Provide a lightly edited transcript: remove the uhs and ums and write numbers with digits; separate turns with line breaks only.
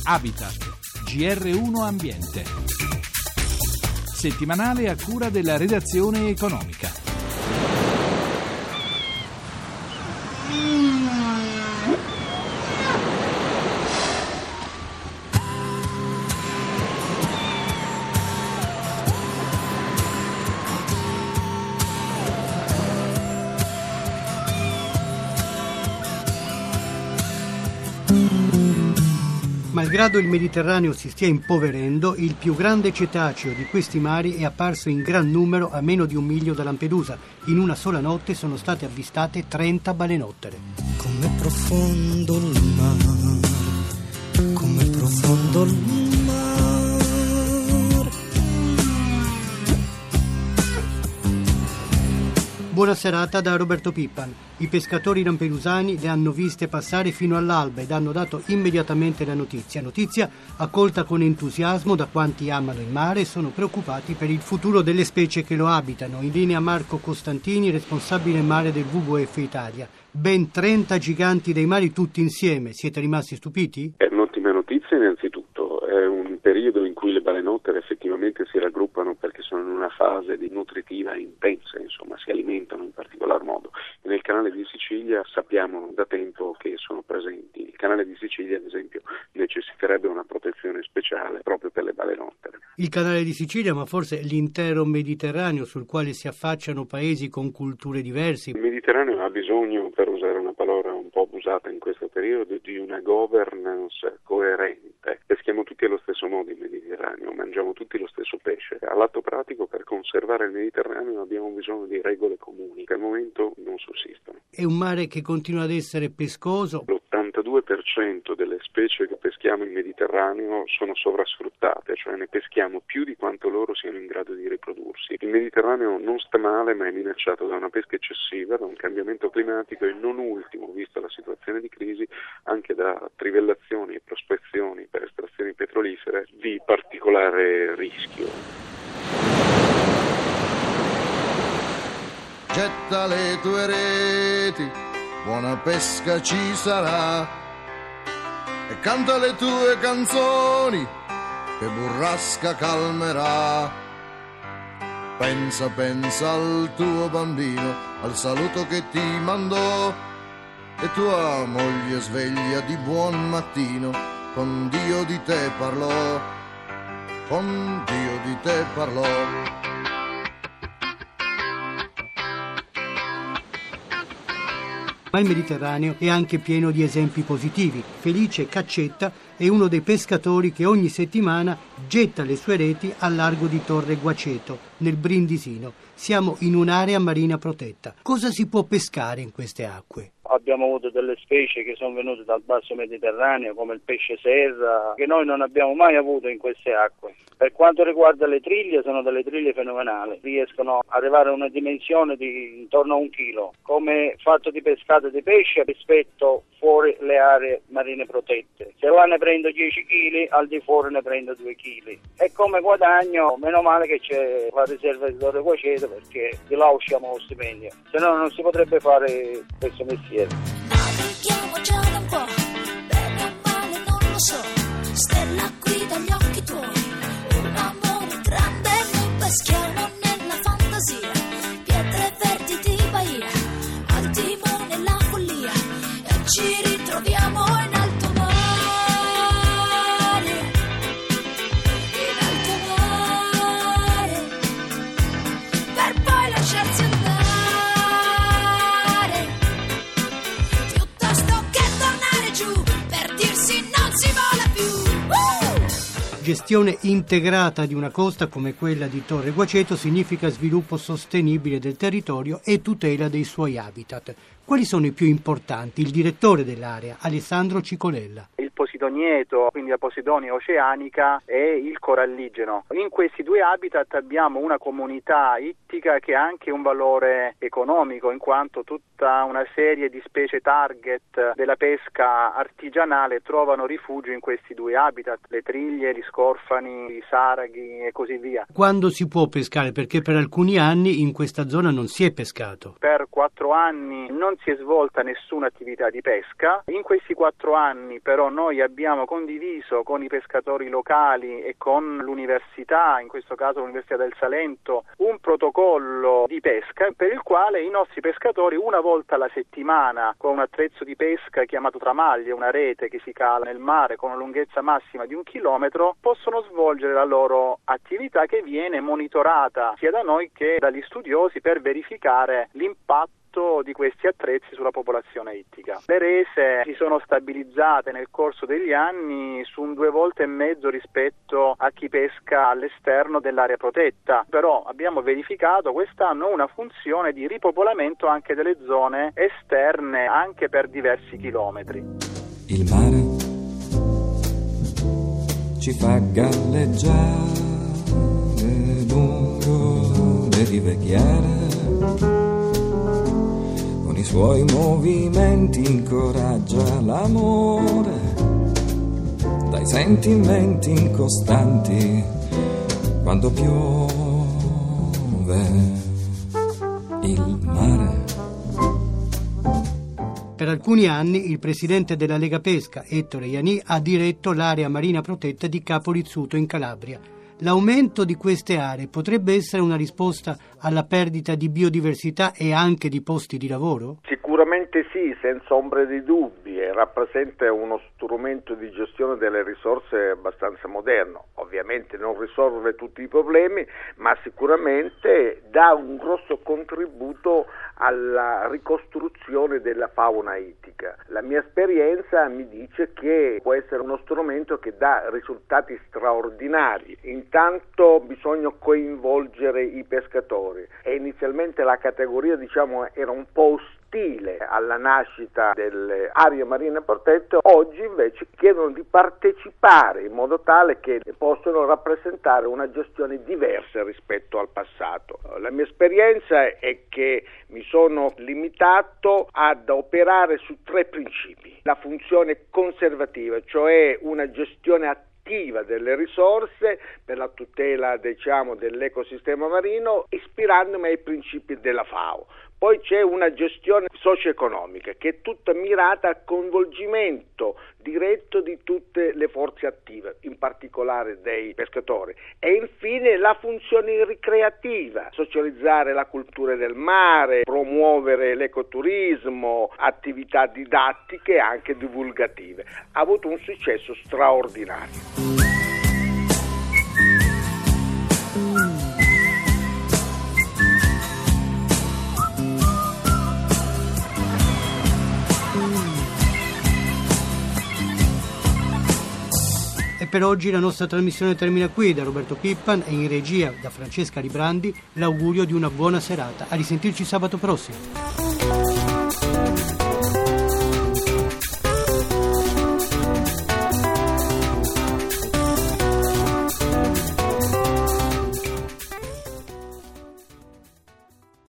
Habitat, GR1 Ambiente. Settimanale a cura della redazione economica.
Malgrado il Mediterraneo si stia impoverendo, il più grande cetaceo di questi mari è apparso in gran numero a meno di 1 miglio da Lampedusa. In una sola notte sono state avvistate 30 balenottere.
Come profondo il mare, come profondo il mare.
Buona serata da Roberto Pippan. I pescatori lampedusani le hanno viste passare fino all'alba ed hanno dato immediatamente la notizia accolta con entusiasmo da quanti amano il mare e sono preoccupati per il futuro delle specie che lo abitano. In linea Marco Costantini, responsabile mare del WWF Italia. Ben 30 giganti dei mari tutti insieme. Siete rimasti stupiti?
È un'ottima notizia innanzitutto. È un periodo in cui le balenottere effettivamente si raggruppano perché sono in una fase di nutritiva intensa, insomma, si alimentano in particolar modo. Nel canale di Sicilia sappiamo da tempo che sono presenti. Il canale di Sicilia, ad esempio, necessiterebbe una protezione speciale proprio per le balenottere.
Il canale di Sicilia, ma forse l'intero Mediterraneo sul quale si affacciano paesi con culture diverse.
Il Mediterraneo ha bisogno, per usare una parola un po' abusata in questo periodo, di una governance coerente. Peschiamo tutti allo stesso modo il Mediterraneo, mangiamo tutti lo stesso pesce. All'atto pratico, per conservare il Mediterraneo abbiamo bisogno di regole comuni che al momento non sussistono.
È un mare che continua ad essere pescoso.
L'82% delle specie che peschiamo in Mediterraneo sono sovrasfruttate, cioè ne peschiamo più di quanto loro siano in grado di riprodursi. Il Mediterraneo non sta male, ma è minacciato da una pesca eccessiva, da un cambiamento climatico e non ultimo, vista la situazione di crisi, anche da trivellazioni e prospezioni per estrazioni petrolifere di particolare rischio.
Getta le tue reti, buona pesca ci sarà, e canta le tue canzoni, che burrasca calmerà. Pensa, pensa al tuo bambino, al saluto che ti mandò, e tua moglie sveglia di buon mattino, con Dio di te parlò, con Dio di te parlò.
Ma il Mediterraneo è anche pieno di esempi positivi. Felice Caccetta è uno dei pescatori che ogni settimana getta le sue reti al largo di Torre Guaceto, nel Brindisino. Siamo in un'area marina protetta. Cosa si può pescare in queste acque?
Abbiamo avuto delle specie che sono venute dal basso Mediterraneo, come il pesce serra, che noi non abbiamo mai avuto in queste acque. Per quanto riguarda le triglie, sono delle triglie fenomenali, riescono ad arrivare a una dimensione di intorno a 1 chilo, come fatto di pescato di pesce rispetto fuori le aree marine protette. Se là ne prendo 10 kg, al di fuori ne prendo 2 kg. E come guadagno, meno male che c'è la riserva di Torre Guaceto, perché di là usciamo lo stipendio, se no non si potrebbe fare questo mestiere.
Navighiamo già da un po', bene o male non lo so, stella qui dagli occhi tuoi, un amore grande, noi peschiamo nella fantasia, pietre verdi di Bahia, al timone la follia, e ci ritroviamo in alto mare, in alto mare, per poi lasciarsi andare.
Gestione integrata di una costa come quella di Torre Guaceto significa sviluppo sostenibile del territorio e tutela dei suoi habitat. Quali sono i più importanti? Il direttore dell'area, Alessandro Cicolella.
Il posidonieto, quindi la Posidonia oceanica, e il coralligeno. In questi due habitat abbiamo una comunità ittica che ha anche un valore economico, in quanto tutta una serie di specie target della pesca artigianale trovano rifugio in questi due habitat, le triglie, gli scorfani, i saraghi e così via.
Quando si può pescare? Perché per alcuni anni in questa zona non si è pescato.
Per 4 anni non si è svolta nessuna attività di pesca. In questi 4 anni però noi abbiamo abbiamo condiviso con i pescatori locali e con l'università, in questo caso l'Università del Salento, un protocollo di pesca per il quale i nostri pescatori una volta alla settimana, con un attrezzo di pesca chiamato tramaglie, una rete che si cala nel mare con una lunghezza massima di 1 chilometro, possono svolgere la loro attività, che viene monitorata sia da noi che dagli studiosi per verificare l'impatto di questi attrezzi sulla popolazione ittica. Le rese si sono stabilizzate nel corso degli anni su un 2,5 volte rispetto a chi pesca all'esterno dell'area protetta, però abbiamo verificato quest'anno una funzione di ripopolamento anche delle zone esterne, anche per diversi chilometri.
Il mare ci fa galleggiare lungo le rive chiare, con i suoi movimenti incoraggia l'amore, dai sentimenti incostanti quando piove il mare.
Per alcuni anni il presidente della Lega Pesca, Ettore Ianni, ha diretto l'area marina protetta di Capo Rizzuto in Calabria. L'aumento di queste aree potrebbe essere una risposta alla perdita di biodiversità e anche di posti di lavoro?
Sicuramente sì, senza ombra di dubbi, e rappresenta uno strumento di gestione delle risorse abbastanza moderno. Ovviamente non risolve tutti i problemi, ma sicuramente dà un grosso contributo alla ricostruzione della fauna ittica. La mia esperienza mi dice che può essere uno strumento che dà risultati straordinari. Intanto bisogna coinvolgere i pescatori, e inizialmente la categoria era un po' ostile alla nascita delle aree marine protette. Oggi invece chiedono di partecipare in modo tale che possono rappresentare una gestione diversa rispetto al passato. La mia esperienza è che mi sono limitato ad operare su 3 principi: la funzione conservativa, cioè una gestione attiva delle risorse per la tutela dell'ecosistema marino, ispirandomi ai principi della FAO. Poi c'è una gestione socio-economica che è tutta mirata al coinvolgimento diretto di tutte le forze attive, in particolare dei pescatori. E infine la funzione ricreativa: socializzare la cultura del mare, promuovere l'ecoturismo, attività didattiche e anche divulgative. Ha avuto un successo straordinario.
E per oggi la nostra trasmissione termina qui. Da Roberto Pippan e in regia da Francesca Librandi l'augurio di una buona serata. A risentirci sabato prossimo.